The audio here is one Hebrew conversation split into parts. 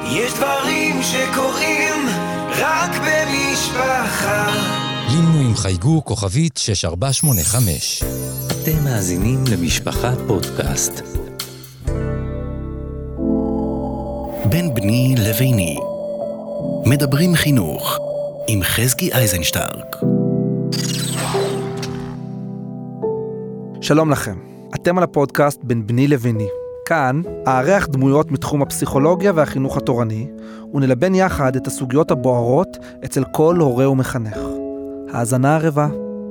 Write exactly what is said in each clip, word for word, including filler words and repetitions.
יש דברים שקורים רק במשפחה. לינו עם חייגו כוכבית שש ארבע שמונה חמש. אתם מאזינים למשפחה פודקאסט. בין בני לביני. מדברים חינוך עם חזקי אייזנשטרק. שלום לכם, אתם על הפודקאסט בין בני לביני. כאן אארח דמויות מתחום הפסיכולוגיה והחינוך התורני, ונלבן יחד את הסוגיות הבוערות אצל כל הורה ומחנך. האזנה ערבה.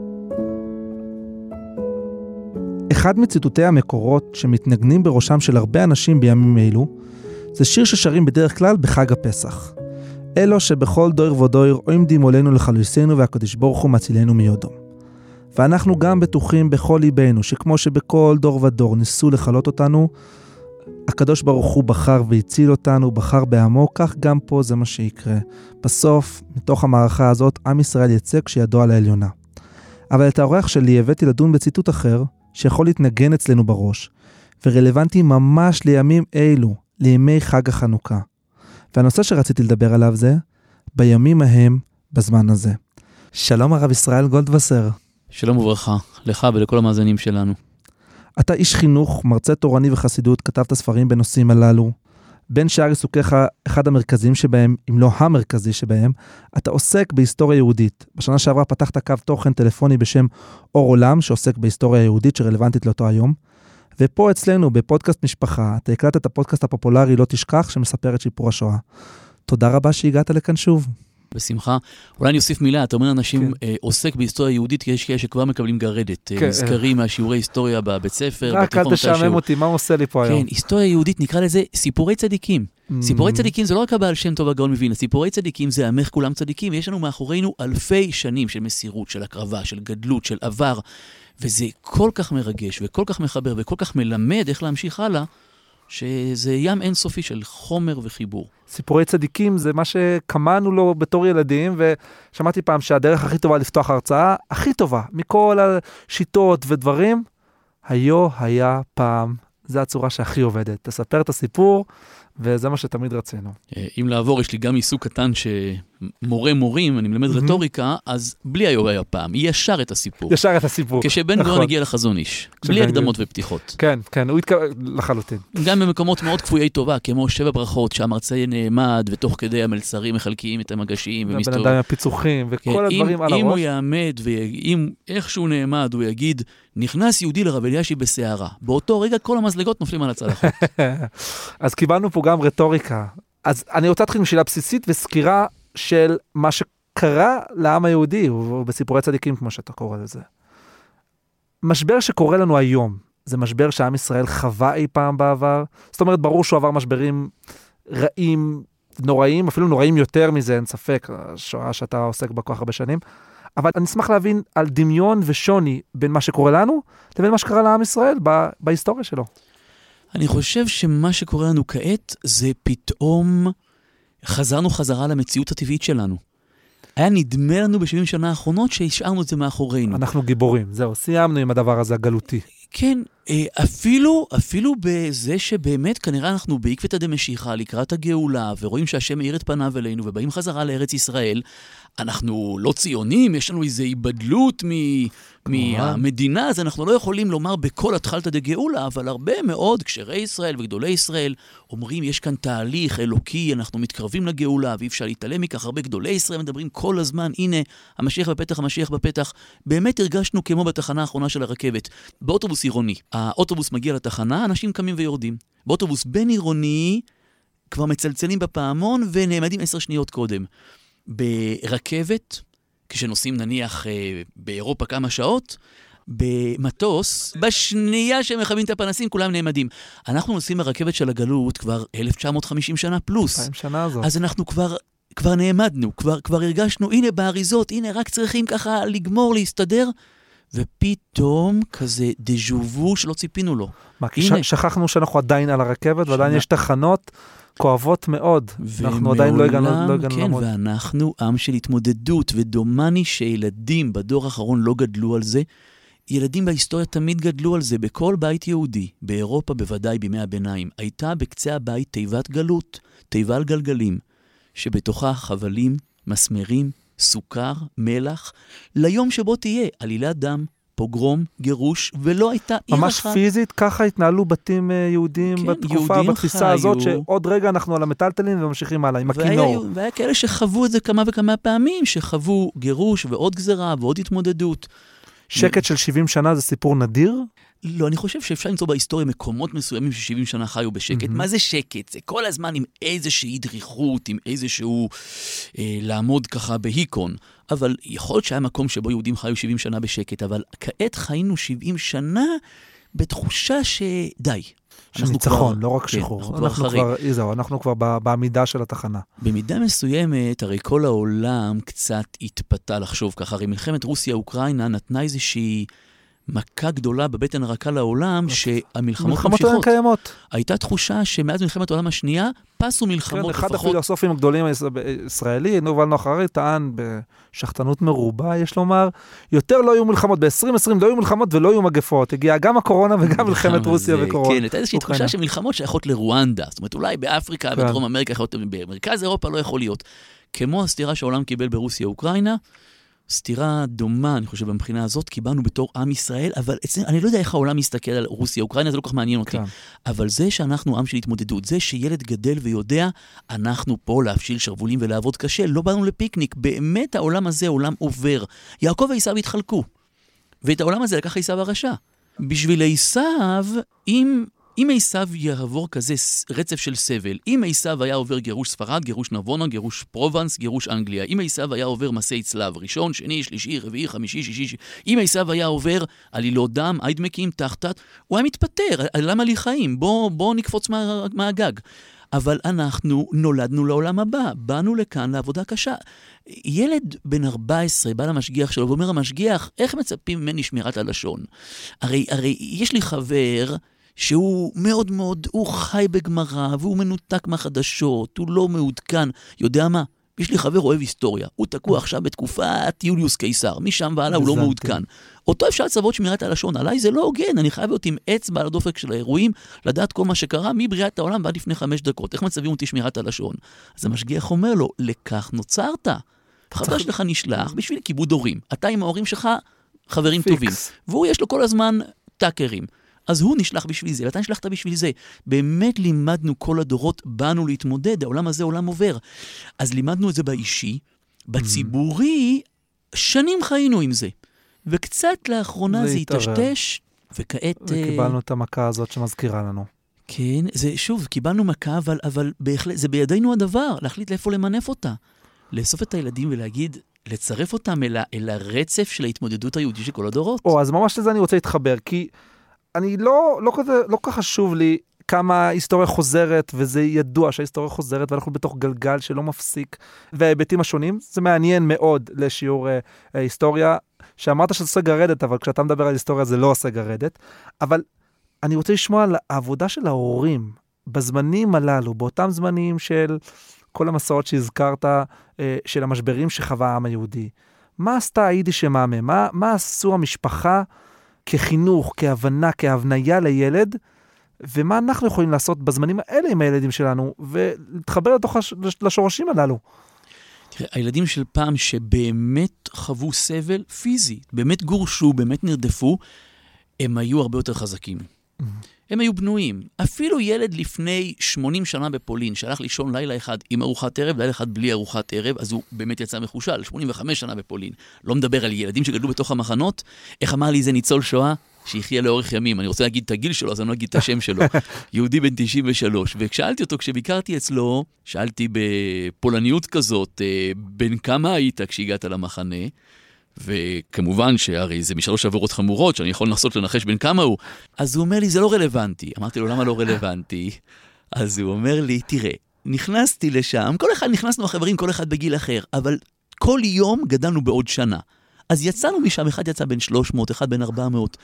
אחד מציטוטי המקורות שמתנגנים בראשם של הרבה אנשים בימים אלו, זה שיר ששרים בדרך כלל בחג הפסח. אלו שבכל דור ודור עומדים מולנו לחלוצינו והקדוש ברוך הוא מצילנו מיודו. ואנחנו גם בטוחים בכל ליבנו שכמו שבכל דור ודור ניסו לחלות אותנו, הקדוש ברוך הוא בחר והציל אותנו, בחר בעמו, כך גם פה זה מה שיקרה. בסוף, מתוך המערכה הזאת, עם ישראל יצא כשידו על העליונה. אבל את האורח שלי הבאתי לדון בציטוט אחר, שיכול להתנגן אצלנו בראש, ורלוונטי ממש לימים אלו, לימי חג החנוכה. והנושא שרציתי לדבר עליו זה, בימים ההם, בזמן הזה. שלום הרב ישראל גולדווסר. שלום וברכה, לך ולכל המאזינים שלנו. אתה איש חינוך, מרצה תורני וחסידות, כתבת ספרים בנושאים הללו. בין שאר עיסוקיך, אחד המרכזיים שבהם, אם לא המרכזי שבהם, אתה עוסק בהיסטוריה יהודית. בשנה שעברה פתחת קו תוכן טלפוני בשם אור עולם, שעוסק בהיסטוריה יהודית שרלוונטית לאותו היום. ופה אצלנו, בפודקאסט משפחה, אתה הקלטת את הפודקאסט הפופולרי לא תשכח, שמספר את שיפור השואה. תודה רבה שהגעת לכאן שוב. בשמחה. אולי אני אוסיף מילה, אתה אומר אנשים כן. אה, עוסק בהיסטוריה יהודית, כי יש כאלה שכבר מקבלים גרדת, כן. נזכרים מהשיעורי היסטוריה בבית ספר, רק אל תשעמם אותי, מה עושה לי פה היום? כן, היסטוריה יהודית נקרא לזה סיפורי צדיקים. Mm. סיפורי צדיקים זה לא רק הבעל שם טוב הגאון מווילנה, סיפורי צדיקים זה עמך כולם צדיקים, יש לנו מאחורינו אלפי שנים של מסירות, של הקרבה, של גדלות, של עבר, וזה כל כך מרגש וכל כך מחבר וכל כך מלמד איך להמשיך הלאה, שזה ים אינסופי של חומר וחיבור. סיפורי צדיקים זה מה שקמנו לו בתור ילדים, ושמעתי פעם שהדרך הכי טובה לפתוח הרצאה, הכי טובה, מכל השיטות ודברים, היו היה פעם, זה הצורה שהכי עובדת. תספר את הסיפור, וזה מה שתמיד רצינו. אם לעבור, יש לי גם עיסוק קטן שמורה מורים, אני מלמד רטוריקה, אז בלי היו היה פעם, ישר את הסיפור. ישר את הסיפור. כשבן גאון הגיע לחזון איש, בלי הקדמות ופתיחות. כן, כן, הוא התקבל לחלוטין. גם במקומות מאוד כפויי טובה, כמו שבע ברכות, שהמרצה נעמד, ותוך כדי המלצרים מחלקים את המגשים, ובן אדם הפיצוחים, וכל הדברים על הראש. אם הוא יעמד, ואם איכשהו נעמד, הוא יגיד, נכנס יהודי לרב אלישיב בסערה. באותו רגע כל המזלגות נופלים על הצלחות. אז קיבלנו פה גם רטוריקה. אז אני רוצה להתחיל משאלה בסיסית וסקירה של מה שקרה לעם היהודי, ובסיפורי צדיקים כמו שאתה קורא לזה. משבר שקורה לנו היום, זה משבר שעם ישראל חווה אי פעם בעבר. זאת אומרת, ברור שהוא עבר משברים רעים, נוראים, אפילו נוראים יותר מזה, אין ספק, השואה שאתה עוסק בה כל כך הרבה שנים. אבל אני אשמח להבין על דמיון ושוני בין מה שקורה לנו, לבין מה שקרה לעם ישראל בהיסטוריה שלו. אני חושב שמה שקורה לנו כעת, זה פתאום חזרנו חזרה למציאות הטבעית שלנו. היה נדמה לנו ב-שבעים שנה האחרונות שהשארנו את זה מאחורינו. אנחנו גיבורים, זהו, סיימנו עם הדבר הזה הגלותי. כן, אפילו, אפילו בזה שבאמת כנראה אנחנו בעקבתא דמשיחא לקראת הגאולה, ורואים שהשם מאיר את פניו אלינו, ובאים חזרה לארץ ישראל, אנחנו לא ציונים, יש לנו איזו היבדלות מ- מהמדינה, אז אנחנו לא יכולים לומר בכל התחלתא דגאולה, אבל הרבה מאוד קשרי ישראל וגדולי ישראל אומרים, יש כאן תהליך אלוקי, אנחנו מתקרבים לגאולה, ואי אפשר להתעלם מכך, הרבה גדולי ישראל מדברים כל הזמן, הנה, המשיח בפתח, המשיח בפתח. באמת הרגשנו כמו בתחנה האחרונה של הרכבת, באוטובוס עירוני. האוטובוס מגיע לתחנה, אנשים קמים ויורדים. באוטובוס בין עירוני, כבר מצלצלים בפעמון ונעמדים עשר שניות קודם. ברכבת, כשנוסעים נניח אה, באירופה כמה שעות, במטוס, בשנייה שהם מכבים את הפנסים, כולם נעמדים. אנחנו נוסעים ברכבת של הגלות כבר אלף תשע מאות וחמישים שנה פלוס. אלפיים שנה הזאת. אז אנחנו כבר, כבר נעמדנו, כבר, כבר הרגשנו, הנה באריזות, הנה רק צריכים ככה לגמור, להסתדר, ופתאום כזה דז'ובו שלא ציפינו לו. מה, כי ש- שכחנו שאנחנו עדיין על הרכבת, שנה... ועדיין יש תחנות כואבות מאוד. אנחנו עדיין לא הגענו למות. כן, למוד. ואנחנו עם של התמודדות, ודומני שילדים בדור האחרון לא גדלו על זה. ילדים בהיסטוריה תמיד גדלו על זה. בכל בית יהודי, באירופה בוודאי בימי הביניים, הייתה בקצה הבית תיבת גלות, תיבה על גלגלים, שבתוכה חבלים, מסמרים, סוכר, מלח, ליום שבו תהיה עלילת דם, פוגרום, גירוש, ולא הייתה עיר אחת. ממש פיזית, ככה התנהלו בתים יהודים כן, בתקופה, יהודים בתפיסה חיו. הזאת, שעוד רגע אנחנו על המטלטלים וממשיכים הלאה, עם הכינור. והיה כאלה שחוו את זה כמה וכמה פעמים, שחוו גירוש ועוד גזרה ועוד התמודדות. שקט של שבעים שנה זה סיפור נדיר? לא, אני חושב שאפשר למצוא בהיסטוריה מקומות מסוימים ש-שבעים שנה חיו בשקט. Mm-hmm. מה זה שקט? זה כל הזמן עם איזושהי דריכות, עם איזשהו אה, לעמוד ככה בהיקון. אבל יכול להיות שהיה מקום שבו יהודים חיו שבעים שנה בשקט, אבל כעת חיינו שבעים שנה בתחושה שדי. שניצחון, כבר, לא רק שחרור. כן, אנחנו, אנחנו, כבר, איזו, אנחנו כבר בעמידה של התחנה. במידה מסוימת, הרי כל העולם קצת התפתה לחשוב ככה. הרי מלחמת רוסיה-אוקראינה נתנה איזושהי מכה גדולה בבטן הרכה לעולם, שהמלחמות ממשיכות. קיימות. הייתה תחושה שמאז מלחמת העולם השנייה, פסו מלחמות לפחות. אחד הפילוסופים הגדולים הישראלי, נובל נוחרי, טען בשחטנות מרובה, יש לומר, יותר לא יהיו מלחמות, ב-עשרים עשרים לא יהיו מלחמות ולא יהיו מגפות. הגיעה גם הקורונה וגם מלחמת רוסיה וקורונה. כן, הייתה איזושהי תחושה שמלחמות שייכות לרואנדה. זאת אומרת, אולי באפריקה, בדרום אמריקה, במרכז אירופה לא יכול להיות. כמו הסתירה שהעולם קיבל ברוסיה-אוקראינה, סתירה דומה, אני חושב, מבחינה הזאת, קיבלנו בתור עם ישראל, אבל אצלנו, אני לא יודע איך העולם מסתכל על רוסיה, אוקראינה, זה לא כך מעניין אותי. כן. אבל זה שאנחנו עם של התמודדות, זה שילד גדל ויודע, אנחנו פה להפשיל שרבולים ולעבוד קשה, לא באנו לפיקניק, באמת העולם הזה, העולם עובר. יעקב ועשיו התחלקו, ואת העולם הזה לקח עשיו הרשע. בשביל עשיו, אם... אם עשיו יעבור כזה רצף של סבל, אם עשיו היה עובר גירוש ספרד, גירוש נבונה, גירוש פרובנס, גירוש אנגליה, אם עשיו היה עובר מסעי צלב, ראשון, שני, שלישי, רביעי, חמישי, שישי, אם עשיו היה עובר עלילות דם, עידמקים, תחתת, הוא היה מתפטר, למה לי חיים? בוא, בוא נקפוץ מה, מהגג. אבל אנחנו נולדנו לעולם הבא, באנו לכאן לעבודה קשה. ילד בן ארבע עשרה בא למשגיח שלו ואומר, המשגיח, איך מצפים ממני שמירת הלשון? הרי, הרי יש לי חבר שהוא מאוד מאוד, הוא חי בגמרא, והוא מנותק מהחדשות, הוא לא מעודכן. יודע מה? יש לי חבר אוהב היסטוריה. הוא תקוע עכשיו בתקופת יוליוס קיסר. משם ועלה הוא לא מעודכן. אותו אפשר לצוות שמירת הלשון. עליי זה לא הוגן. אני חייב להיות עם אצבע על הדופק של האירועים, לדעת כל מה שקרה מבריאת העולם ועד לפני חמש דקות. איך מצבים אותי שמירת הלשון? אז המשגיח אומר לו, לכך נוצרת. חבר שלך נשלח בשביל כיבוד הורים. אתה עם ההורים שלך חברים טובים. והוא יש לו כל הזמן טאקרים. אז הוא נשלח בשביל זה, ואתה נשלחת בשביל זה. באמת לימדנו כל הדורות, באנו להתמודד, העולם הזה עולם עובר. אז לימדנו את זה באישי, בציבורי, שנים חיינו עם זה. וקצת לאחרונה זה התשתש, וכעת... וקיבלנו את המכה הזאת שמזכירה לנו. כן, זה שוב, קיבלנו מכה, אבל, אבל בהחלט, זה בידינו הדבר, להחליט לאיפה למנף אותה. לאסוף את הילדים ולהגיד, לצרף אותם אל, אל הרצף של ההתמודדות היהודית של כל הדורות. או, אז ממש לזה אני רוצה להתחבר, כי אני לא, לא כזה, לא כך חשוב לי כמה היסטוריה חוזרת, וזה ידוע שההיסטוריה חוזרת, ואנחנו בתוך גלגל שלא מפסיק, וההיבטים השונים, זה מעניין מאוד לשיעור אה, היסטוריה, שאמרת שזה עושה גרדת, אבל כשאתה מדבר על היסטוריה זה לא עושה גרדת, אבל אני רוצה לשמוע על העבודה של ההורים, בזמנים הללו, באותם זמנים של כל המסעות שהזכרת, אה, של המשברים שחווה העם היהודי. מה עשתה היידיש מאמה? מה, מה עשו המשפחה כחינוך, כהבנה, כהבניה לילד, ומה אנחנו יכולים לעשות בזמנים האלה עם הילדים שלנו, ולהתחבר לתוך לשורשים הללו. תראה, הילדים של פעם שבאמת חוו סבל פיזי, באמת גורשו, באמת נרדפו, הם היו הרבה יותר חזקים. הם היו בנויים. אפילו ילד לפני שמונים שנה בפולין, שהלך לישון לילה אחד עם ארוחת ערב, לילה אחד בלי ארוחת ערב, אז הוא באמת יצא מחושל, שמונים וחמש שנה בפולין. לא מדבר על ילדים שגדלו בתוך המחנות. איך אמר לי זה ניצול שואה? שיחיה לאורך ימים. אני רוצה להגיד את הגיל שלו, אז אני לא אגיד את השם שלו. יהודי בן תשעים ושלוש. וכשאלתי אותו, כשביקרתי אצלו, שאלתי בפולניות כזאת, בין כמה היית כשהגעת למחנה? וכמובן שהרי זה משלוש עבירות חמורות, שאני יכול לנסות לנחש בין כמה הוא. אז הוא אומר לי, זה לא רלוונטי. אמרתי לו, למה לא רלוונטי? אז הוא אומר לי, תראה, נכנסתי לשם, כל אחד נכנסנו החברים, כל אחד בגיל אחר, אבל כל יום גדלנו בעוד שנה. אז יצאנו משם, אחד יצא בין שלוש מאות, אחד בין ארבע מאות.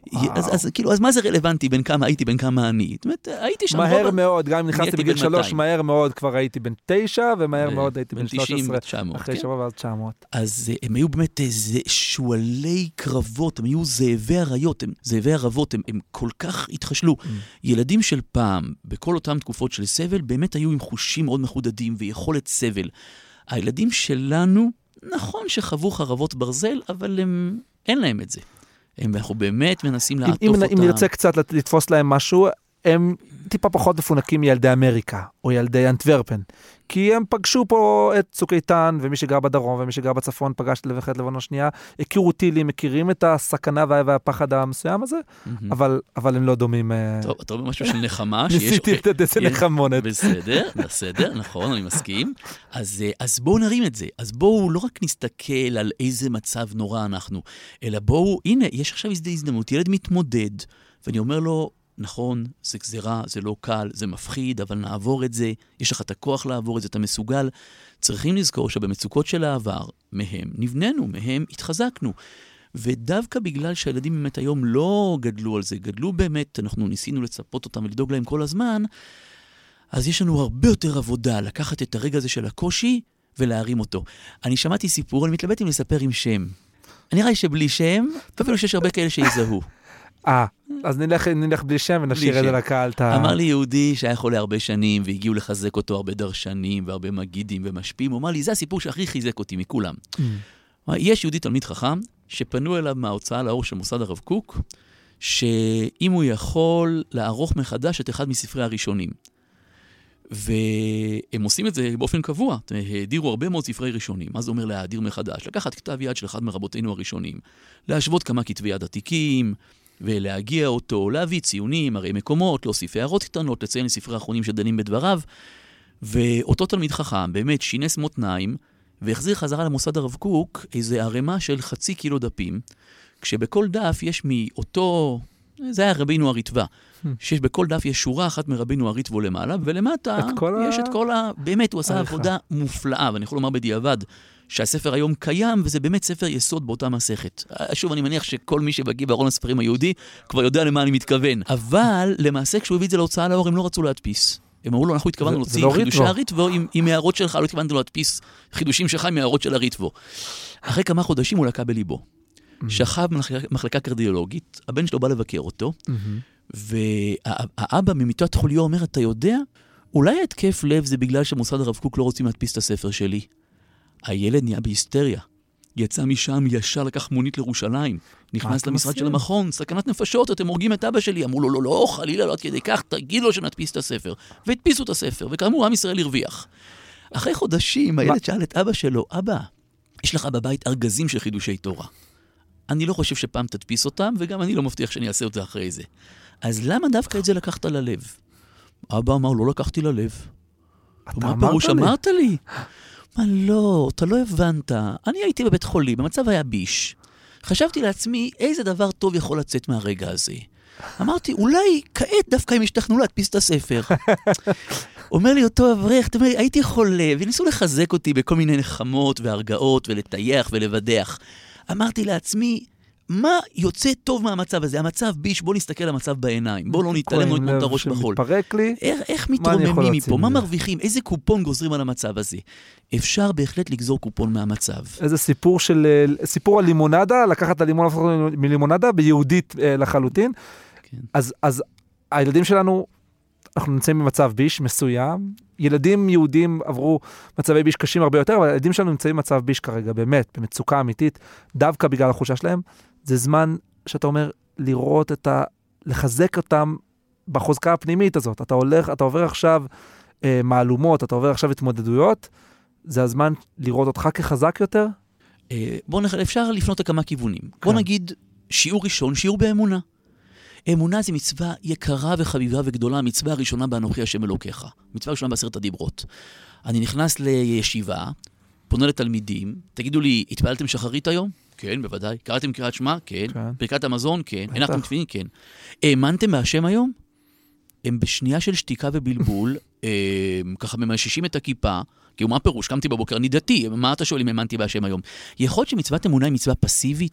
אז, אז, כאילו, אז מה זה רלוונטי בין כמה הייתי, בין כמה אני? זאת אומרת, הייתי שם... מהר רוב... מאוד, גם אם נכנסתי בגיל שלוש, מהר מאוד כבר הייתי בן תשע, ומהר ו... מאוד הייתי בן שלוש עשרה, אחרי כן? שבוע ועד תשע מאות. אז הם היו באמת איזה שואלי קרבות, הם היו זאבי עריות, הם, זאבי ערבות, הם, הם כל כך התחשלו. Mm. ילדים של פעם, בכל אותם תקופות של סבל, באמת היו עם חושים מאוד מחודדים ויכולת סבל. הילדים שלנו, נכון שחוו חרבות ברזל, אבל הם, אין להם את זה. הם, אנחנו באמת מנסים לעטוף אם, אותם. אם נרצה קצת לתפוס להם משהו, הם טיפה פחות מפונקים מילדי אמריקה, או ילדי אנטוורפן. כי הם פגשו פה את צוק איתן, ומי שגר בדרום, ומי שגר בצפון, פגש את מלחמת לבנון השנייה, הכירו טילים, מכירים את הסכנה והפחד המסוים הזה, אבל, אבל הם לא דומים. טוב, אתה אומר משהו של נחמה. ניסיתי לתת איזה נחמונת. בסדר, בסדר, נכון, אני מסכים. אז, אז בואו נרים את זה. אז בואו לא רק נסתכל על איזה מצב נורא אנחנו, אלא בואו, הנה, יש עכשיו הזדמנות, ילד מתמודד, ואני אומר לו, נכון, זה גזירה, זה לא קל, זה מפחיד, אבל נעבור את זה, יש לך את הכוח לעבור את זה, אתה מסוגל. צריכים לזכור שבמצוקות של העבר, מהם נבננו, מהם התחזקנו. ודווקא בגלל שהילדים באמת היום לא גדלו על זה, גדלו באמת, אנחנו ניסינו לצפות אותם ולדאוג להם כל הזמן, אז יש לנו הרבה יותר עבודה לקחת את הרגע הזה של הקושי ולהרים אותו. אני שמעתי סיפור, אני מתלבט אם לספר עם שם. אני רואה שבלי שם, אפילו שיש הרבה כאלה שיזהו. אה, אז נלך, נלך בלי שם ונשאיר את זה לקהל. אמר לי יהודי שהיה חולה הרבה שנים, והגיעו לחזק אותו הרבה דרשנים, והרבה מגידים ומשפיעים, הוא אמר לי, זה הסיפור שהכי חיזק אותי מכולם. יש יהודי תלמיד חכם, שפנו אליו מההוצאה לאור של מוסד הרב קוק, שאם הוא יכול לערוך מחדש את אחד מספרי הראשונים. והם עושים את זה באופן קבוע, הדירו הרבה מאוד ספרי ראשונים. מה זה אומר להאדיר מחדש? לקחת כתב יד של אחד מרבותינו הראשונים, להשוות כמה כתבי יד עתיקים, ולהגיע אותו, להביא ציונים, הרי מקומות, להוסיף הערות קטנות, לציין לספרי האחרונים שדנים בדבריו, ואותו תלמיד חכם באמת שינס מותניים, והחזיר חזרה למוסד הרב קוק איזו ערימה של חצי קילו דפים, כשבכל דף יש מאותו, זה היה רבינו הריטב"א, שיש בכל דף יש שורה אחת מרבינו הריטב"א למעלה, ולמטה יש את כל ה... באמת הוא עשה עבודה מופלאה, ואני יכול לומר בדיעבד, שהספר היום קיים, וזה באמת ספר יסוד באותה מסכת. שוב, אני מניח שכל מי שבגיא בארון הספרים היהודי כבר יודע למה אני מתכוון. אבל למעשה, כשהוא הביא את זה להוצאה לאור, הם לא רצו להדפיס. הם אמרו לו, אנחנו התכוונו להוציא חידושי הריטב"א עם הערות שלך, לא התכוונו להדפיס חידושים שלך עם הערות של הריטב"א. אחרי כמה חודשים הוא לקה בליבו. שכב במחלקה קרדיולוגית, הבן שלו בא לבקר אותו, והאבא ממיטת חוליו אומר, אתה יודע, אולי התקף לב זה בגלל שמוסד הרב קוק לא רוצים להדפיס את הספר שלי. הילד נהיה בהיסטריה. יצא משם ישר לקח מונית לירושלים. נכנס למשרד של המכון, סכנת נפשות, אתם הורגים את אבא שלי. אמרו לו, לא, לא, חלילה, לא עד כדי כך, תגיד לו שנדפיס את הספר. והדפיסו את הספר, וכאמור, עם ישראל הרוויח. אחרי חודשים, הילד שאל את אבא שלו, אבא, יש לך בבית ארגזים של חידושי תורה. אני לא חושב שפעם תדפיס אותם, וגם אני לא מבטיח שאני אעשה את זה אחרי זה. אז למה דווקא את זה לקחת ללב? אבא אמר, לא לקחתי ללב. אתה אמרת לי? אמרת לי. מה לא, אתה לא הבנת. אני הייתי בבית חולים, המצב היה ביש. חשבתי לעצמי, איזה דבר טוב יכול לצאת מהרגע הזה. אמרתי, אולי כעת דווקא הם ישתכנו להדפיס את הספר. אומר לי אותו אברך, אתה אומר, הייתי חולה, וניסו לחזק אותי בכל מיני נחמות והרגעות, ולטייח ולבדח. אמרתי לעצמי, מה יוצא טוב מהמצב הזה? המצב ביש, בוא נסתכל על המצב בעיניים. בוא לא נתעלם לו את הראש בחול. איך, איך מתרוממים מפה? מה מרוויחים? איזה קופון גוזרים על המצב הזה? אפשר בהחלט לגזור קופון מהמצב. איזה סיפור של, סיפור על לימונדה, לקחת את הלימון מלימונדה, ביהודית לחלוטין. כן. אז, אז הילדים שלנו, אנחנו נמצאים במצב ביש מסוים. ילדים יהודים עברו מצבי ביש קשים הרבה יותר, אבל הילדים שלנו נמצאים במצב ביש כרגע, באמת, במצוקה אמיתית, דווקא בגלל החושה שלהם. זה זמן שאתה אומר, לראות את ה... לחזק אותם בחוזקה הפנימית הזאת. אתה הולך, אתה עובר עכשיו אה, מעלומות, אתה עובר עכשיו התמודדויות, זה הזמן לראות אותך כחזק יותר? אה, בוא נח... אפשר לפנות לכמה כיוונים. כן. בוא נגיד, שיעור ראשון, שיעור באמונה. אמונה זה מצווה יקרה וחביבה וגדולה, המצווה הראשונה באנוכי השם אלוקיך. מצווה ראשונה בעשרת הדיברות. אני נכנס לישיבה, פונה לתלמידים, תגידו לי, התפעלתם שחרית היום? כן, בוודאי. קראתם קריאת שמע? כן. כן. ברכת המזון? כן. הנחתם תפילין? כן. האמנתם בהשם היום? הם בשנייה של שתיקה ובלבול, הם ככה ממששים את הכיפה, כי מה פירוש? קמתי בבוקר, אני דתי, מה אתה שואל אם האמנתי בהשם היום? יכול להיות שמצוות אמונה היא מצווה פסיבית?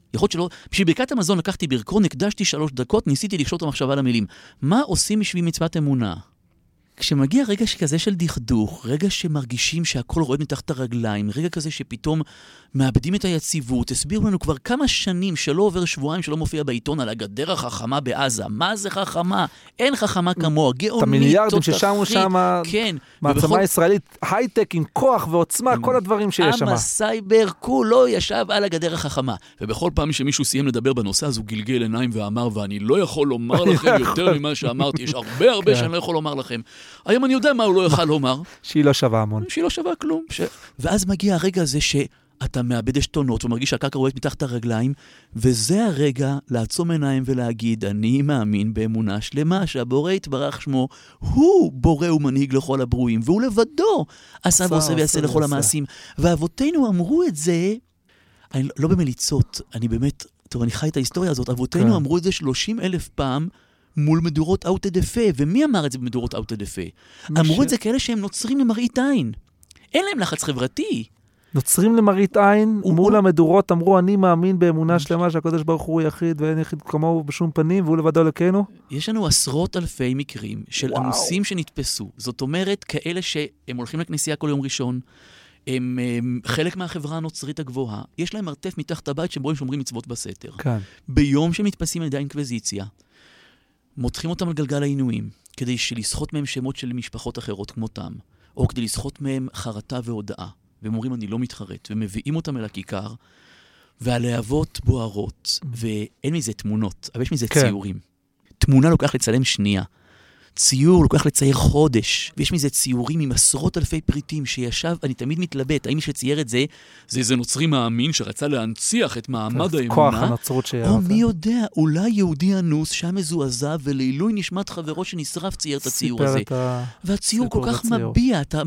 יכול להיות שלא, בשביל ברכת המזון לקחתי ברכון, הקדשתי שלוש דקות, ניסיתי לקשור את המחשבה למילים. מה עושים בשביל מצוות אמונה? כשמגיע רגע כזה של דכדוך, רגע שמרגישים שהכל רועד מתחת הרגליים, רגע כזה שפתאום מאבדים את היציבות, הסבירו לנו כבר כמה שנים שלא עובר שבועיים שלא מופיע בעיתון על הגדר החכמה בעזה. מה זה חכמה? אין חכמה כמוה, גאונית, את המיליארדים ששמו שם, כן. מעצמה ישראלית, הייטק עם כוח ועוצמה, כל הדברים שיש שם. עם הסייבר כולו ישב על הגדר החכמה. ובכל פעם שמישהו סיים לדבר בנושא, אז הוא גלגל עיניים ואמר, ואני לא יכול לומר לכם יותר ממה שאמרתי, יש הרבה הרבה שאני לא יכול לומר לכם. היום אני יודע מה הוא לא יוכל לומר. שהיא לא שווה המון. שהיא לא שווה כלום. ש... ואז מגיע הרגע הזה שאתה מאבד עשתונות, ומרגיש שהקרקע רועדת מתחת הרגליים, וזה הרגע לעצום עיניים ולהגיד, אני מאמין באמונה שלמה, שהבורא יתברך שמו, הוא בורא ומנהיג לכל הברואים, והוא לבדו עשה ועושה ויעשה לכל המעשים. ואבותינו אמרו את זה, אני לא במליצות, אני באמת, טוב, אני חי את ההיסטוריה הזאת, אבותינו אמרו את זה שלושים אלף פעם, מול מדורות אוטה דפה. ומי אמר את זה במדורות אוטה דפה? אמרו את זה כאלה שהם נוצרים למראית עין. אין להם לחץ חברתי. נוצרים למראית עין, מול המדורות אמרו, אני מאמין באמונה שלמה שהקדוש ברוך הוא יחיד ואין יחיד כמוהו בשום פנים, והוא לבדו אלוקינו. יש לנו עשרות אלפי מקרים של אנוסים שנתפסו. זאת אומרת, כאלה שהם הולכים לכנסייה כל יום ראשון, הם, הם חלק מהחברה הנוצרית הגבוהה, יש להם מרתף מתחת הבית שבו הם שומרים מצוות בסתר. כן. ביום שמתפסים על ידי האינקוויזיציה, מותחים אותם על גלגל העינויים, כדי שלסחוט מהם שמות של משפחות אחרות כמותם, או כדי לסחוט מהם חרטה והודעה, והם אומרים אני לא מתחרט, ומביאים אותם אל הכיכר, והלהבות בוערות, ואין מזה תמונות, אבל יש מזה כן. ציורים. תמונה לוקח לצלם שנייה, ציור לוקח לצייר חודש, ויש מזה ציורים עם עשרות אלפי פריטים שישב, אני תמיד מתלבט, האם שצייר את זה, זה איזה נוצרי מאמין שרצה להנציח את מעמד האמונה, כוח הנוצרות שיהיה. או מי יודע, אולי יהודי אנוס שם מזועזע, ולעילוי נשמת חברו שנשרף צייר את הציור הזה. והציור כל כך מביע, אתה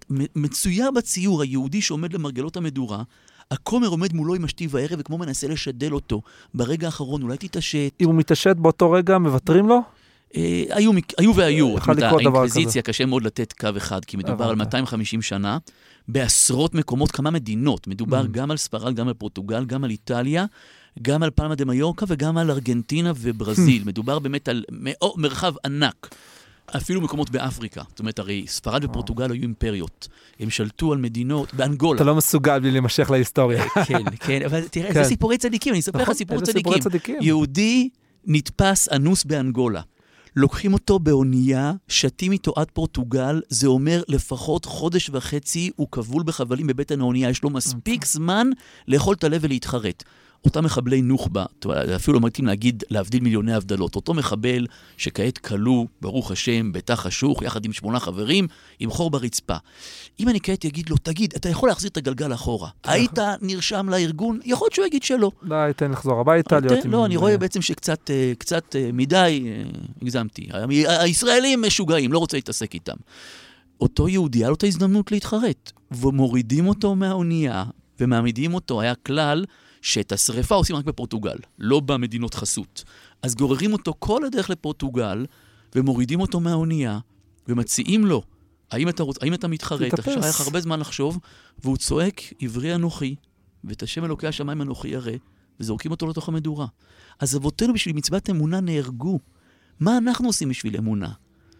מצויר בציור היהודי שעומד למרגלות המדורה, הכומר עומד מולו עם השתי בערב, וכמו מנסה לשדל אותו, ברגע האחרון אולי תתעשת. אם הוא מתעשת באותו רגע, מבטרים לו? היו, היו והיו. האינקוויזיציה קשה מאוד לתת קו אחד, כי מדובר על מאתיים וחמישים שנה, בעשרות מקומות, כמה מדינות. מדובר גם על ספרד, גם על פורטוגל, גם על איטליה, גם על פלמה דה מיורקה וגם על ארגנטינה וברזיל. מדובר באמת על מרחב ענק. אפילו מקומות באפריקה. זאת אומרת, הרי ספרד ופורטוגל היו אימפריות. הם שלטו על מדינות, באנגולה. אתה לא מסוגל בלי להימשך להיסטוריה. כן, כן, אבל תראה, זה סיפורי צדיקים, אני אספר לך סיפור צדיקים. יהודי נתפס אנוס באנגולה. לוקחים אותו באונייה, שתים איתו עד פורטוגל, זה אומר לפחות חודש וחצי הוא כבול בחבלים בבטן האונייה, יש לו מספיק זמן לאכול את הלב ולהתחרט. אותם מחבלי נוח'בה, אפילו לא מתאים להגיד, להבדיל מיליוני הבדלות, אותו מחבל שכעת קלו, ברוך השם, בתא חשוך, יחד עם שמונה חברים, עם חור ברצפה. אם אני כעת אגיד לו, תגיד, אתה יכול להחזיר את הגלגל אחורה. היית נרשם לארגון? יכול להיות שהוא יגיד שלא. לא, תן לחזור הביתה. לא, אני רואה בעצם שקצת קצת מדי, הגזמתי. הישראלים משוגעים, לא רוצה להתעסק איתם. אותו יהודי, היה לו את ההזדמנות להתחרט, ומורידים אותו מהאונייה, ומעמידים אותו, היה כלל, שאת השריפה עושים רק בפורטוגל, לא במדינות חסות. אז גוררים אותו כל הדרך לפורטוגל, ומורידים אותו מהאונייה, ומציעים לו, האם אתה, רוצ... האם אתה מתחרט? עכשיו היה הרבה זמן לחשוב, והוא צועק, עברי אנוכי, ואת השם אלוקי השמיים אנוכי ירא, וזורקים אותו לתוך המדורה. אז אבותינו בשביל מצוות אמונה נהרגו. מה אנחנו עושים בשביל אמונה?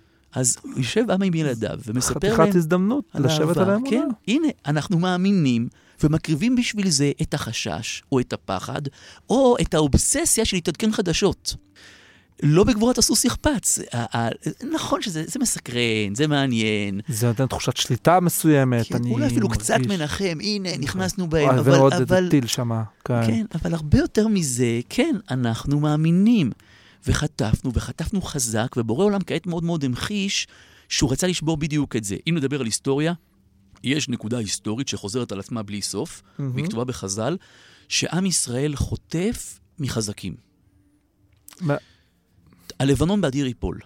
אז יושב עם עם ילדיו, ומספר להם... חתיכת הזדמנות, לשבת על האמונה. כן, הנה, אנחנו מאמינים, ומקריבים בשביל זה את החשש, או את הפחד, או את האובססיה של להתעדכן חדשות. לא בגבורת הסוס יחפץ. נכון שזה זה מסקרן, זה מעניין. זה נותן תחושת שליטה מסוימת. כן, אולי אפילו קצת מנחם, הנה, נכנסנו בהם. אבל, ועוד אבל, טיל שמה. כן. כן, אבל הרבה יותר מזה, כן, אנחנו מאמינים. וחטפנו, וחטפנו חזק, ובורא עולם כעת מאוד מאוד המחיש, שהוא רצה לשבור בדיוק את זה. אם נדבר על היסטוריה, יש נקודה היסטורית שחוזרת על עצמה בלי סוף, mm-hmm. והיא כתובה בחז"ל, שעם ישראל חוטף מחזקים. מה? הלבנון באדיר ייפול.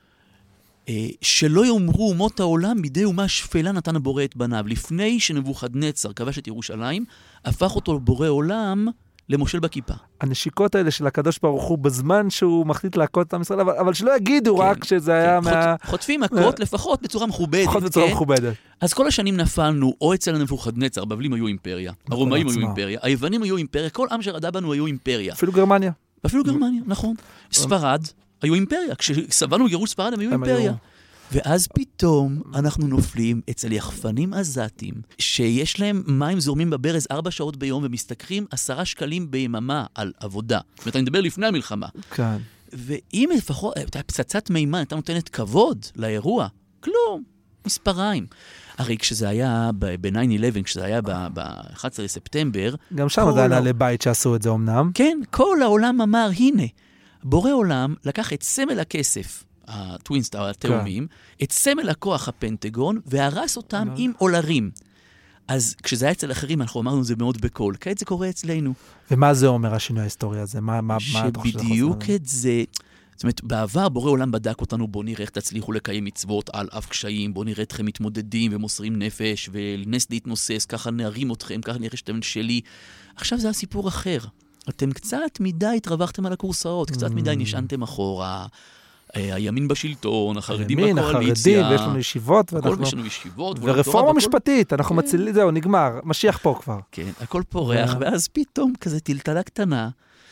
שלא יאמרו אומות העולם, בידי אומה שפלה נתן הבורא את בניו. לפני שנבוכדנצר כבש את ירושלים, הפך אותו לבורא עולם למושל בכיפה. הנשיקות האלה של הקדוש ברוך הוא בזמן שהוא מחליט להכות את עם ישראל, אבל, אבל שלא יגידו כן, רק שזה כן. היה חוט, מה... חוטפים מכות לפחות בצורה מכובדת. לפחות בצורה כן? מכובדת. אז כל השנים נפלנו, או אצל נבוכדנצר, הבבלים היו אימפריה, הרומאים היו אימפריה, היוונים היו אימפריה, כל עם שרדה בנו היו אימפריה. אפילו גרמניה. אפילו גרמניה, נכון. ספרד היו אימפריה, כשסבלנו גירוש ספרד הם היו אימפריה. ואז פתאום אנחנו נופלים אצל יחפנים עזתים, שיש להם מים זורמים בברז ארבע שעות ביום, ומשתכרים עשרה שקלים ביממה על עבודה. זאת אומרת, אני מדבר לפני המלחמה. כן. ואם לפחות, הייתה פצצת מימן, הייתה נותנת כבוד לאירוע, כלום, מספריים. הרי כשזה היה ב-תשע אחת עשרה, כשזה היה ב-אחד עשר לספטמבר... גם שם זה היה לבית שעשו את זה אמנם. כן, כל העולם אמר, הנה, בורא עולם לקח את סמל הכסף, הטווינסטאר, התאומים, את סמל הכוח הפנטגון, והרס אותם עם אולרים. אז כשזה היה אצל אחרים, אנחנו אמרנו זה מאוד בקול. כעת זה קורה אצלנו. ומה זה אומר השינוי ההיסטורי הזה? שבדיוק את זה... זאת אומרת, בעבר בורא עולם בדק אותנו, בוא נראה איך תצליחו לקיים מצוות על אף קשיים, בוא נראה אתכם מתמודדים ומוסרים נפש, ולנס להתנוסס, ככה נערים אתכם, ככה נראה שאתם שלי. עכשיו זה הסיפור אחר. אתם קצת מדי התרווחתם על הקורסאות, קצת מדי נשענתם אחורה, הימין בשלטון, החרדים בקואליציה. הימין, החרדים, ויש לנו ישיבות. הכל יש לנו ישיבות. ורפורמה משפטית, אנחנו מצילים, זהו, נגמר, משיח פה כבר. כן, הכל פורח, ואז פתאום כזה טלטלה קטנה.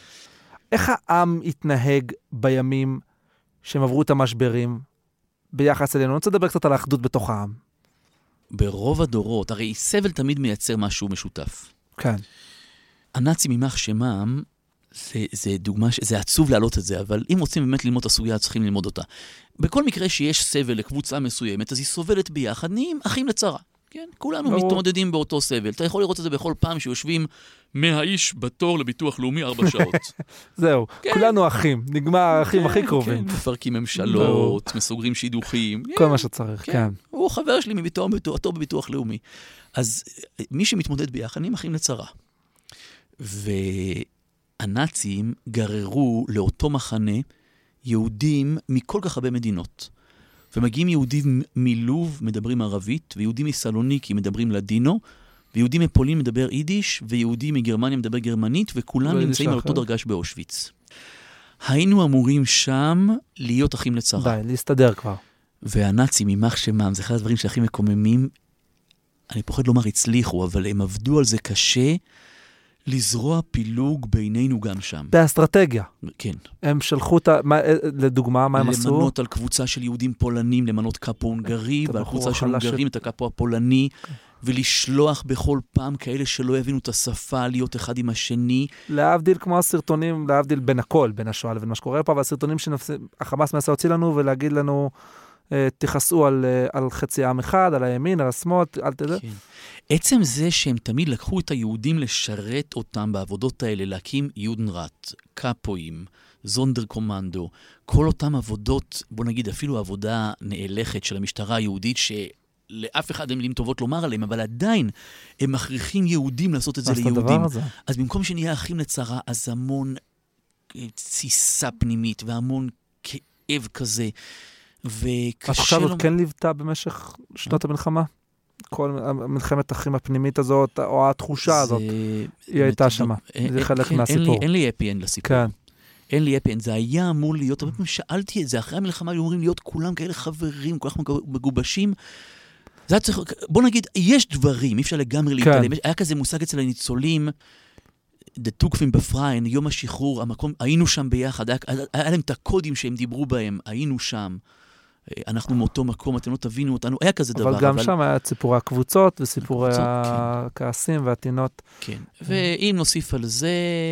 איך העם התנהג בימים שהם עברו את המשברים ביחס אלינו? אני רוצה לדבר קצת על האחדות בתוך העם. ברוב הדורות, הרי סבל תמיד מייצר משהו משותף. כן. הנאצים יימח שמם, זה, זה דוגמה, זה עצוב להעלות את זה, אבל אם רוצים באמת ללמוד את הסוגיה, צריכים ללמוד אותה. בכל מקרה שיש סבל לקבוצה מסוימת, אז היא סובלת ביחד, נהיים אחים לצרה. כן? כולנו לא. מתמודדים באותו סבל. אתה יכול לראות את זה בכל פעם שיושבים מאה איש בתור לביטוח לאומי ארבע שעות. זהו, כן. כולנו אחים, נגמר אחים כן, הכי קרובים. כן, מפרקים ממשלות, לא. מסוגרים שידוכים. כל כן. מה שצריך, כן. כן. הוא חבר שלי מביטוח, אותו בביטוח לאומי. אז מי שמתמודד ביחד, נהיים אחים לצרה. והנאצים גררו לאותו מחנה יהודים מכל כך הרבה מדינות. ומגיעים יהודים מלוב, מדברים ערבית, ויהודים מסלוניקי מדברים לדינו, ויהודים מפולין מדבר יידיש, ויהודים מגרמניה מדבר גרמנית, וכולם נמצאים על אותו דרגש באושוויץ. היינו אמורים שם להיות אחים לצרה. די, להסתדר כבר. והנאצים, יימח שמם, זה אחד הדברים שהכי מקוממים, אני פוחד לומר הצליחו, אבל הם עבדו על זה קשה, לזרוע פילוג בינינו גם שם. באסטרטגיה. כן. הם שלחו את ה... לדוגמה, מה הם עשו? למנות על קבוצה של יהודים פולנים, למנות קאפו הונגרי, ועל קבוצה של הונגרים את הקאפו הפולני, ולשלוח בכל פעם כאלה שלא יבינו את השפה, להיות אחד עם השני. להבדיל כמו הסרטונים, להבדיל בין הכל, בין השואה לבין מה שקורה פה, והסרטונים שהחמאס מנסה להוציא לנו ולהגיד לנו, תכעסו על, על חצי עם אחד, על הימין, על השמאל, אל תדע. כן. עצם זה שהם תמיד לקחו את היהודים לשרת אותם בעבודות האלה, להקים יודנראט, קאפואים, זונדר קומנדו, כל אותם עבודות, בוא נגיד אפילו עבודה נאלכת של המשטרה היהודית, שלאף אחד אין מילים טובות לומר עליהם, אבל עדיין הם מכריחים יהודים לעשות את זה ליהודים. אז במקום שנהיה אחים לצרה, אז המון ציסה פנימית והמון כאב כזה. התחושה הזאת כן ליוותה במשך שנות המלחמה? כל המלחמת אחים הפנימית הזאת, או התחושה הזאת, היא הייתה שמה. זה חלק מהסיפור. אין לי אפי-אנד לסיפור. אין לי אפי-אנד. זה היה אמור להיות, הרבה פעמים שאלתי את זה, אחרי המלחמה היו אומרים להיות כולם כאלה חברים, כל כך מגובשים. בוא נגיד, יש דברים, אי אפשר לגמרי להתעלם. היה כזה מושג אצל הניצולים, דתוקפים בפריין, יום השחרור, המקום, היינו שם ביחד, היה להם את הקודים שהם דיברו בהם, היינו שם. אנחנו מאותו מקום, אתם לא תבינו אותנו, היה כזה דבר. אבל גם שם היה סיפורי הקבוצות, וסיפורי הכעסים והתינות. כן, ואם נוסיף על זה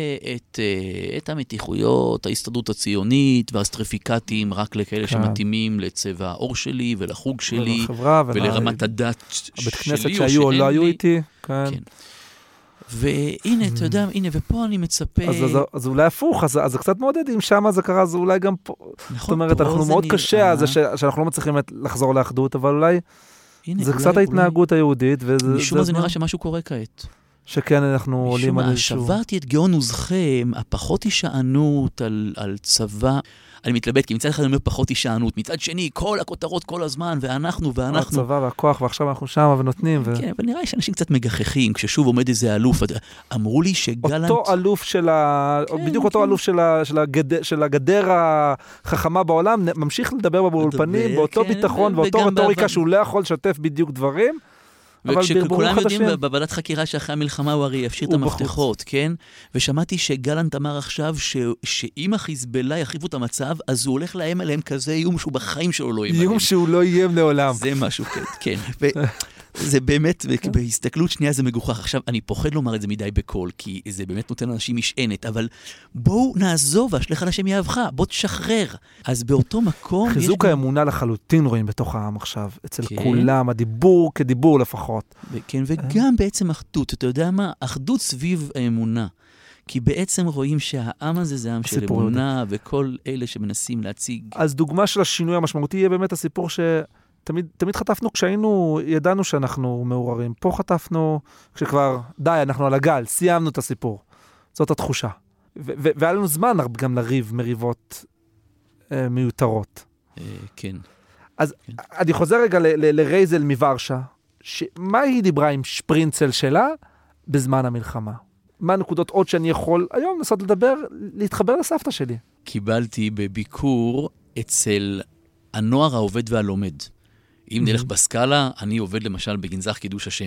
את המתיחויות, ההסתדרות הציונית, והסטריפיקטים, רק לכאלה שמתאימים לצבע האור שלי, ולחוג שלי, ולרמת הדת שלי. הבית כנסת שהיו או לא היו איתי. כן. והנה, אתה יודע, הנה, ופה אני מצפה... אז אולי הפוך, אז זה קצת מעודד, אם שם זה קרה, אז אולי גם פה... זאת אומרת, אנחנו מאוד קשה על זה שאנחנו לא מצליחים לחזור לאחדות, אבל אולי זה קצת ההתנהגות היהודית. משום מה זה נראה שמשהו קורה כעת. שכן אנחנו עולים על איזשהו... שברתי את גאון עוזכם, הפחות הישענות על, על צבא. אני מתלבט, כי מצד אחד אני אומר פחות הישענות, מצד שני, כל הכותרות כל הזמן, ואנחנו, ואנחנו. הצבא והכוח, ועכשיו אנחנו שם ונותנים. ו... כן, אבל נראה לי שאנשים קצת מגחכים, כששוב עומד איזה אלוף, אמרו לי שגלנט... אותו אלוף של ה... כן, בדיוק כן. אותו אלוף של, ה... של, הגד... של הגדר החכמה בעולם, ממשיך לדבר באולפנים, באותו כן, ביטחון, באותו רטוריקה בעבר... שהוא לא יכול לשתף בדיוק דברים. וכשכולם יודעים בוועדת חקירה שאחרי המלחמה הוא הרי יפשיר את המפתחות, כן? ושמעתי שגלנט אמר עכשיו שאם החיזבאללה יחריבו את המצב, אז הוא הולך להם עליהם כזה איום שהוא בחיים שלו לא יהיה. איום שהוא לא יהיה לעולם. זה משהו, כן. זה באמת, בהסתכלות שנייה זה מגוחך. עכשיו, אני פוחד לומר את זה מדי בקול, כי זה באמת נותן לאנשים משענת, אבל בואו נעזוב, השלך על השם יאהבך, בוא תשחרר. אז באותו מקום... חיזוק האמונה לחלוטין רואים בתוך העם עכשיו, אצל כולם, הדיבור כדיבור לפחות. כן, וגם בעצם אחדות, אתה יודע מה? אחדות סביב האמונה. כי בעצם רואים שהעם הזה זה עם של אמונה, וכל אלה שמנסים להציג... אז דוגמה של השינוי המשמעותי יהיה באמת הסיפור ש... תמיד, תמיד חטפנו כשהיינו, ידענו שאנחנו מעוררים. פה חטפנו, כשכבר, די, אנחנו על הגל, סיימנו את הסיפור. זאת התחושה. ו- ו- והיה לנו זמן גם לריב מריבות אה, מיותרות. אה, כן. אז כן. אני חוזר רגע ל- ל- לרייזל מוורשה, מה היא דיברה עם שפרינצל שלה בזמן המלחמה? מה הנקודות עוד שאני יכול היום לנסות לדבר, להתחבר לסבתא שלי? קיבלתי בביקור אצל הנוער העובד והלומד. אם נלך בסקאלה, אני עובד למשל בגנזך קידוש השם,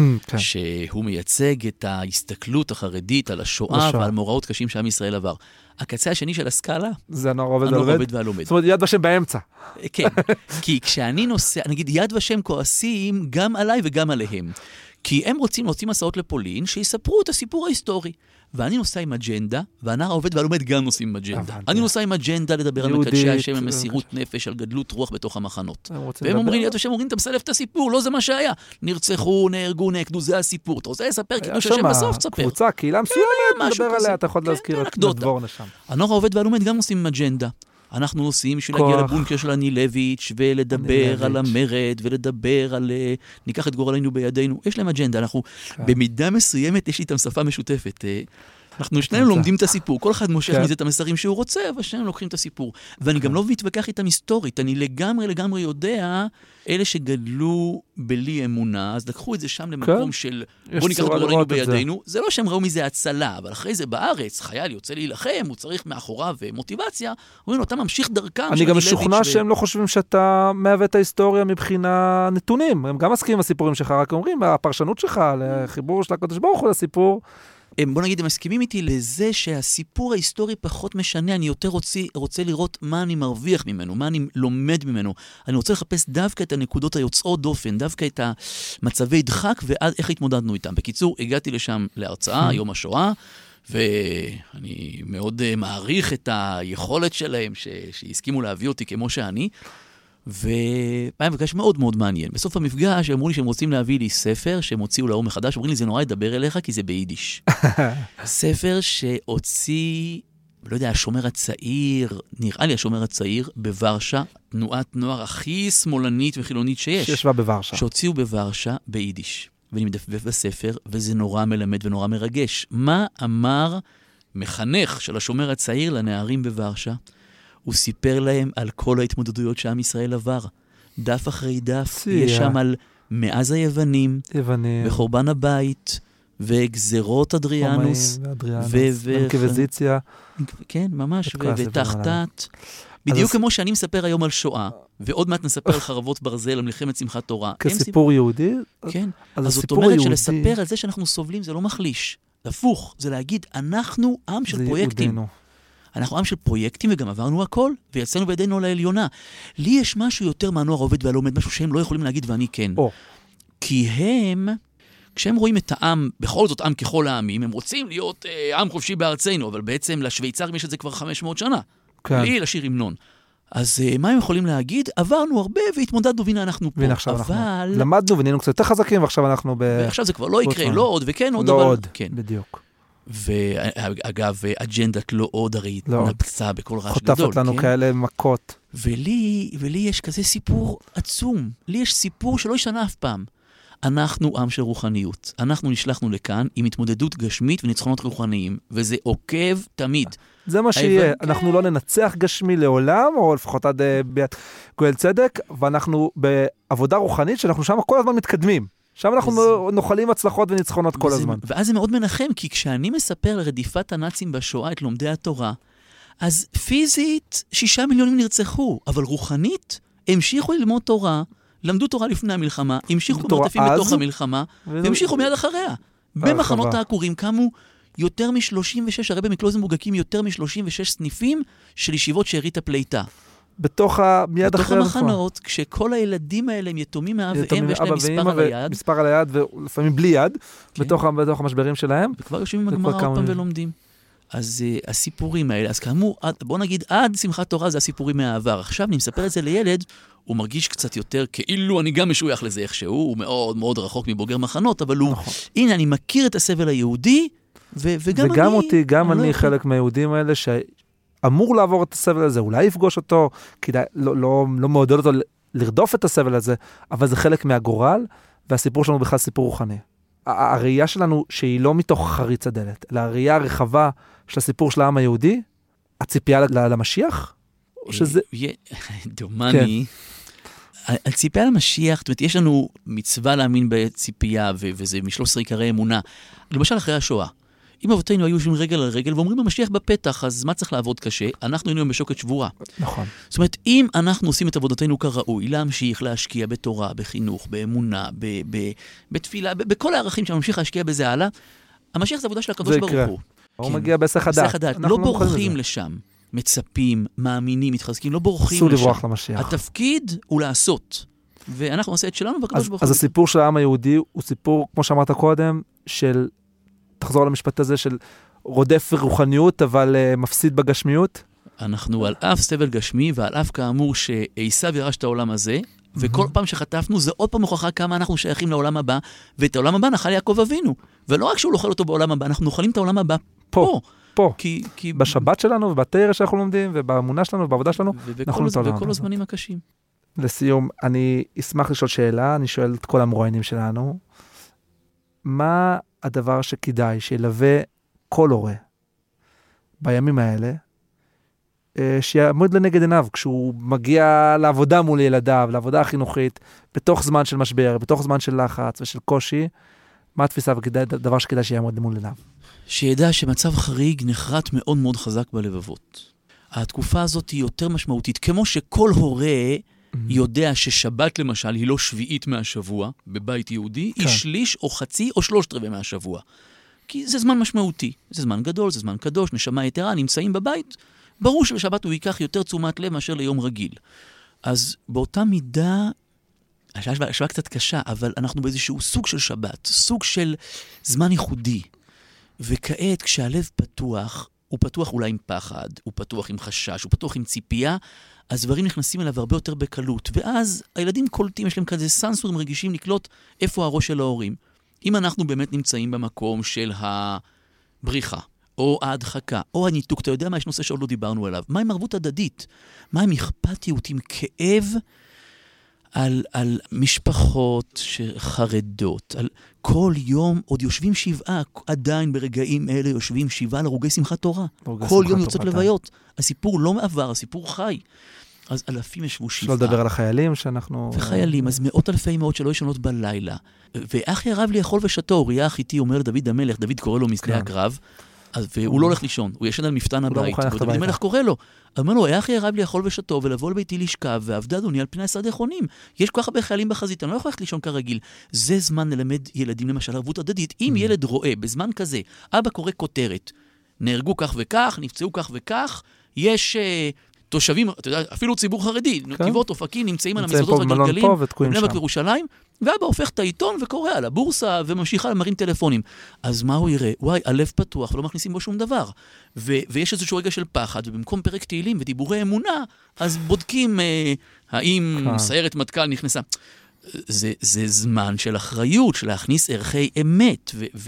שהוא מייצג את ההסתכלות החרדית על השואה ועל מאורעות קשים שעם ישראל עבר. הקצה השני של הסקאלה, זה הנוער העובד והלומד. זאת אומרת, יד ושם באמצע. כן, כי כשאני נוסע, נגיד, יד ושם כועסים גם עליי וגם עליהם. כי הם רוצים להוציא מסעות לפולין, שיספרו את הסיפור ההיסטורי. ואני נוסע עם אג'נדה, והנער העובד והלומד גם נוסעים עם אג'נדה. אני נוסע עם אג'נדה לדבר על מקדשי השם, עם מסירות נפש, על גדלות רוח בתוך המחנות. והם אומרים לי, השם אומרים, אתה מסלף את הסיפור, לא זה מה שהיה. נרצחו, נהרגו, נעקדו, זה הסיפור. אתה רוצה לספר, קידוש השם בסוף, תספר. קבוצה, קהילה מסוימת, מדבר עליה, אתה יכול להזכיר את דבור נשם. הנער העובד והלומד גם נוסעים עם אג'נדה. אנחנו נוסעים בשביל להגיע לבונקר של אנילביץ' ולדבר על המרד, ולדבר על... ניקח את גורלנו בידינו. יש להם אג'נדה, אנחנו במידה מסוימת, יש לי איתם שפה משותפת. אנחנו שנינו לומדים את הסיפור, כל אחד מושך מזה את המסרים שהוא רוצה, אבל שנינו לוקחים את הסיפור. ואני גם לא מתווכח איתם היסטורית, אני לגמרי לגמרי יודע, אלה שגדלו בלי אמונה, אז לקחו את זה שם למקום של בוא ניקח את גורלנו בידינו, זה לא שהם ראו מזה הצלה, אבל אחרי זה בארץ, חייל יוצא להילחם, הוא צריך מאחוריו מוטיבציה, אומרים לו, אתה ממשיך דרכם. אני גם משוכנע שהם לא חושבים שאתה מהווה את ההיסטוריה מבחינה נתונים, הם גם מסכימים עם הסיפורים שלך, רק אומרים, הפרשנות שלך לחיבור של הקדוש ברוך הוא לסיפור, בוא נגיד, הם מסכימים איתי לזה שהסיפור ההיסטורי פחות משנה, אני יותר רוצה, רוצה לראות מה אני מרוויח ממנו, מה אני לומד ממנו. אני רוצה לחפש דווקא את הנקודות היוצאות דופן, דווקא את המצבי דחק ואיך התמודדנו איתם. בקיצור, הגעתי לשם להרצאה, יום השואה, ואני מאוד מעריך את היכולת שלהם ש... שהסכימו להביא אותי כמו שאני, והיה מפגש מאוד מאוד מעניין. בסוף המפגש אמרו לי שהם רוצים להביא לי ספר שהם הוציאו לאור מחדש, אומרים לי זה נורא לדבר אליך כי זה ביידיש. ספר שהוציא, לא יודע, השומר הצעיר, נראה לי השומר הצעיר, בוורשה, תנועת נוער הכי שמאלנית וחילונית שיש. שישבה בוורשה. שהוציאו בוורשה ביידיש. ואני מדפדף בספר, וזה נורא מלמד ונורא מרגש. מה אמר מחנך של השומר הצעיר לנערים בוורשה? הוא סיפר להם על כל ההתמודדויות שעם ישראל עבר. דף אחרי דף, יש שם על מאז היוונים, יוונים. וחורבן הבית, וגזרות אדריאנוס, ואינקוויזיציה. כן, ממש, ותחתת. בדיוק כמו שאני מספר היום על שואה, ועוד מעט נספר על חרבות ברזל, על מלחמת שמחת תורה. כסיפור יהודי? כן, אז זאת אומרת שלספר על זה שאנחנו סובלים זה לא מחליש. הפוך, זה להגיד, אנחנו עם של פרויקטים. אנחנו עם של פרויקטים וגם עברנו הכל, ויצאנו בידינו לעליונה. לי יש משהו יותר מהנוער העובד והלומד, משהו שהם לא יכולים להגיד ואני כן. Oh. כי הם, כשהם רואים את העם, בכל זאת עם ככל העמים, הם רוצים להיות אה, עם חופשי בארצנו, אבל בעצם לשוויצרים יש את זה כבר חמש מאות שנה. כן. לי לשיר המנון. אז אה, מה הם יכולים להגיד? עברנו הרבה והתמודדנו, והנה אנחנו פה. אבל... אנחנו למדנו ונהיינו קצת יותר חזקים, ועכשיו אנחנו ב... ועכשיו זה כבר לא יקרה, לא עוד וכן עוד, לא אבל... עוד, כן. בדיוק. ואגב, אג'נדת לא עוד הרי נפצה בכל רעש גדול. חוטפת לנו כאלה מכות. ולי, ולי יש כזה סיפור עצום. לי יש סיפור שלא ישנה אף פעם. אנחנו עם של רוחניות. אנחנו נשלחנו לכאן עם התמודדות גשמית וניצחונות רוחניים, וזה עוקב תמיד. זה מה שיהיה. אנחנו לא ננצח גשמי לעולם, או לפחות עד גואל צדק, ואנחנו בעבודה רוחנית שאנחנו שם כל הזמן מתקדמים. שם אנחנו נוחלים הצלחות וניצחונות כל הזמן. ואז זה מאוד מנחם, כי כשאני מספר לרדיפת הנאצים בשואה את לומדי התורה, אז פיזית שישה מיליונים נרצחו, אבל רוחנית המשיכו ללמוד תורה, למדו תורה לפני המלחמה, המשיכו מרתפים בתוך המלחמה, והמשיכו מיד אחריה. במחנות העקורים קמו יותר מ-שלושים ושש, הרבי מקלוזנבורג הקים יותר מ-שלושים ושש סניפים של ישיבות שארית הפליטה. בתוך מיד אחרי בתוך המחנות, כשכל הילדים האלה הם יתומים מאב ואם, ויש להם מספר על היד. מספר על היד, ולפעמים בלי יד, בתוך המשברים שלהם. וכבר יושבים עם הגמרא עוד פעם ולומדים. אז uh, הסיפורים האלה, אז כאמור, בוא נגיד, עד שמחת תורה זה הסיפורים מהעבר. עכשיו אני מספר את זה לילד, הוא מרגיש קצת יותר כאילו אני גם משוייך לזה איכשהו, הוא מאוד מאוד רחוק מבוגר מחנות, אבל הוא, נכון. הנה, אני מכיר את הסבל היהודי, ו- וגם וגם אני... אותי, גם אני, אני לא חלק מהיהודים האלה, שאמור לעבור את הסבל הזה, אולי יפגוש אותו, כדאי, לא, לא, לא מעודד אותו לרדוף את הסבל הזה, אבל זה חלק מהגורל, והסיפור שלנו בכלל סיפור רוחני. הראייה שלנו, שהיא לא מתוך חריץ הדלת, אלא הראייה הרחבה של הסיפור של העם היהודי, הציפייה למשיח? או שזה... דומני, הציפייה למשיח, זאת אומרת, יש לנו מצווה להאמין בציפייה, וזה משלוש עשרה עיקרי אמונה. למשל, אחרי השואה. אם אבותינו היו יושבים רגל על רגל, ואומרים, המשיח בפתח, אז מה צריך לעבוד קשה? אנחנו היינו בשוקת שבורה. נכון. זאת אומרת, אם אנחנו עושים את עבודתנו כראוי, להמשיך להשקיע בתורה, בחינוך, באמונה, ב- ב- בתפילה, ב- בכל הערכים שנמשיך להשקיע בזה הלאה, המשיח זה עבודה של הקדוש ברוך הוא. הוא מגיע בהיסח הדעת. לא בורחים לשם. מצפים, מאמינים, מתחזקים, לא בורחים לשם. אסור לברוח למשיח. התפקיד הוא לעשות. ואנחנו עושה את שלנו, והקדוש ברוך הוא. אז הסיפור של העם היהודי הוא סיפור, כמו שאמרת קודם, של, תחזור למשפט הזה, של רודף רוחניות, אבל uh, מפסיד בגשמיות. אנחנו על אף סבל גשמי, ועל אף כאמור שעשיו ירש את העולם הזה, וכל פעם שחטפנו, זה עוד פעם הוכחה כמה אנחנו שייכים לעולם הבא, ואת העולם הבא נחל יעקב אבינו. ולא רק שהוא נאכל אותו בעולם הבא, אנחנו נאכלים את העולם הבא פה. פה. כי, כי... בשבת שלנו, ובתורה שאנחנו לומדים, ובאמונה שלנו, ובעבודה שלנו, אנחנו נתעולם. ובכל הזמנים הקשים. לסיום, אני אשמח לשאול שאלה, אני שואל את כל המרואיינים שלנו, מה הדבר שכדאי שילווה כל הורה בימים האלה, שיעמוד לנגד עיניו, כשהוא מגיע לעבודה מול ילדיו, לעבודה החינוכית, בתוך זמן של משבר, בתוך זמן של לחץ ושל קושי, מה התפיסה והדבר שכדאי שיעמוד מול עיניו? שידע שמצב חריג נחרט מאוד מאוד חזק בלבבות. התקופה הזאת היא יותר משמעותית, כמו שכל הורה mm-hmm. יודע ששבת למשל היא לא שביעית מהשבוע, בבית יהודי, כן. היא שליש או חצי או שלושת רבעי מהשבוע. כי זה זמן משמעותי, זה זמן גדול, זה זמן קדוש, נשמה יתרה, נמצאים בבית, ברור שבשבת הוא ייקח יותר תשומת לב מאשר ליום רגיל. אז באותה מידה, השעה, השעה קצת קשה, אבל אנחנו באיזשהו סוג של שבת, סוג של זמן ייחודי. וכעת כשהלב פתוח, הוא פתוח אולי עם פחד, הוא פתוח עם חשש, הוא פתוח עם ציפייה, אז דברים נכנסים אליו הרבה יותר בקלות. ואז הילדים קולטים, יש להם כזה סנסורים רגישים לקלוט איפה הראש של ההורים. אם אנחנו באמת נמצאים במקום של הבריחה, או ההדחקה, או הניתוק, אתה יודע מה? יש נושא שעוד לא דיברנו עליו. מה עם ערבות הדדית? מה עם אכפתיות, עם כאב על, על משפחות שחרדות, על כל יום עוד יושבים שבעה, עדיין ברגעים אלה יושבים שבעה לרוגי שמחת תורה. כל יום יוצאות לוויות. הסיפור לא מעבר, הסיפור חי. אז אלפים ישבו שבעה. שלא לדבר על החיילים שאנחנו... וחיילים, אז מאות אלפי מאות שלא ישנות בלילה. ואחי הרב לי יכול ושתו, אוריה החיתי אומר דוד המלך, דוד קורא לו משדה הקרב, והוא לא הולך לישון, הוא ישן על מפתן הבית, ודוד המלך קורא לו. אמר לו, אחי הרב לי יכול ושתו, ולבוא לביתי לשכב, ועבדה אדוני על פני שדה חונים. יש כל כך הרבה חיילים בחזית, אני לא יכול ללכת לישון כרגיל. זה זמן ללמד ילדים למשל ערבות הדדית. אם ילד רואה בזמן כזה, אבא קורא כותרת, נהרגו כך וכך, נפצעו כך וכך, יש תושבים, אתה יודע, אפילו ציבור חרדי, נתיבות, אופקים, נמצאים על המסעדות הגלגלים, בבני ברק וירושלים, ואבא הופך את העיתון וקורא על הבורסה וממשיכה למרים טלפונים. אז מה הוא יראה? וואי, הלב פתוח ולא מכניסים בו שום דבר. ו- ויש איזשהו רגע של פחד, ובמקום פרק תהילים ודיבורי אמונה, אז בודקים אה, האם סיירת מטכ"ל נכנסה. זה, זה זמן של אחריות, של להכניס ערכי אמת, ו- ו-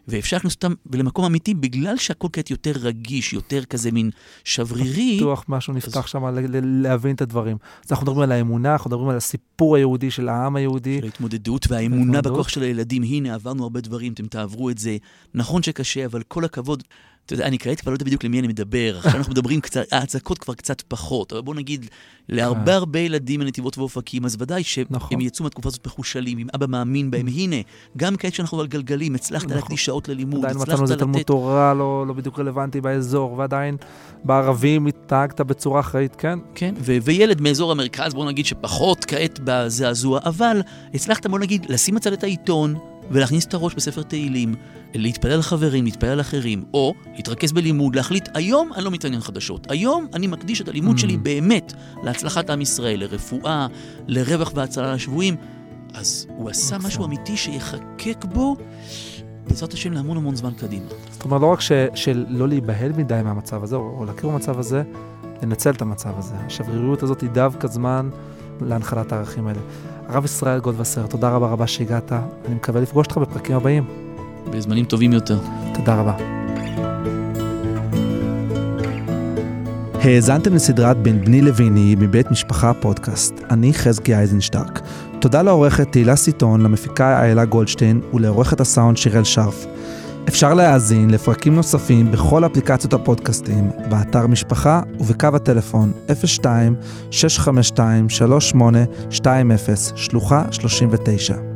ואפשר להכניס אותם למקום אמיתי, בגלל שהכל כעת יותר רגיש, יותר כזה מין שברירי. בטוח משהו נפתח שם להבין את הדברים. אז אנחנו מדברים על האמונה, אנחנו מדברים על הסיפור היהודי של העם היהודי. של ההתמודדות והאמונה בכוח של הילדים. הנה, עברנו הרבה דברים, אתם תעברו את זה. נכון שקשה, אבל כל הכבוד. אתה יודע, אני קראתי כבר לא יודע בדיוק למי אני מדבר. עכשיו אנחנו מדברים קצת, ההצקות כבר קצת פחות. אבל בוא נגיד, להרבה הרבה ילדים מנתיבות ואופקים, אז ודאי שהם יצאו מהתקופה הזאת מחושלים, אם אבא מאמין בהם, הנה, גם כעת שאנחנו על גלגלים, הצלחת להקדיש שעות ללימוד, עדיין מצאנו זה תלמוד תורה לא בדיוק רלוונטי באזור, ועדיין בערבים התנהגת בצורה אחראית, כן? כן, וילד מאזור המרכז, בוא נגיד שפחות כעת בזעזוע, אבל הצלחת, בוא נגיד, לשים הצד את העיתון, ולהכניס את הראש בספר תהילים, להתפלל לחברים, להתפלל לאחרים, או להתרכז בלימוד, להחליט, היום אני לא מתעניין חדשות, היום אני מקדיש את הלימוד שלי באמת להצלחת עם ישראל, לרפואה, לרווח והצלה לשבויים. אז הוא עשה משהו אמיתי שיחקק בו בעזרת השם להמון המון זמן קדימה. זאת אומרת, לא רק שלא להיבהל מדי מהמצב הזה, או להכיר במצב הזה, לנצל את המצב הזה. השבריריות הזאת היא דווקא זמן להנחלת הערכים האלה. הרב ישראל גולדווסר, תודה רבה רבה שהגעת. אני מקווה לפגוש אותך בפרקים הבאים. בזמנים טובים יותר. תודה רבה. האזנתם לסדרת בין בני לביני מבית משפחה פודקאסט. אני חזקי אייזנשטרק. תודה לעורכת תהילה סיטון, למפיקה איילה גולדשטיין ולעורכת הסאונד שירל שרף. אפשר להאזין לפרקים נוספים בכל אפליקציות הפודקאסטים, באתר משפחה ובקו הטלפון אפס שתיים שש חמש שתיים שלוש שמונה שתיים אפס שלוחה שלושים ותשע.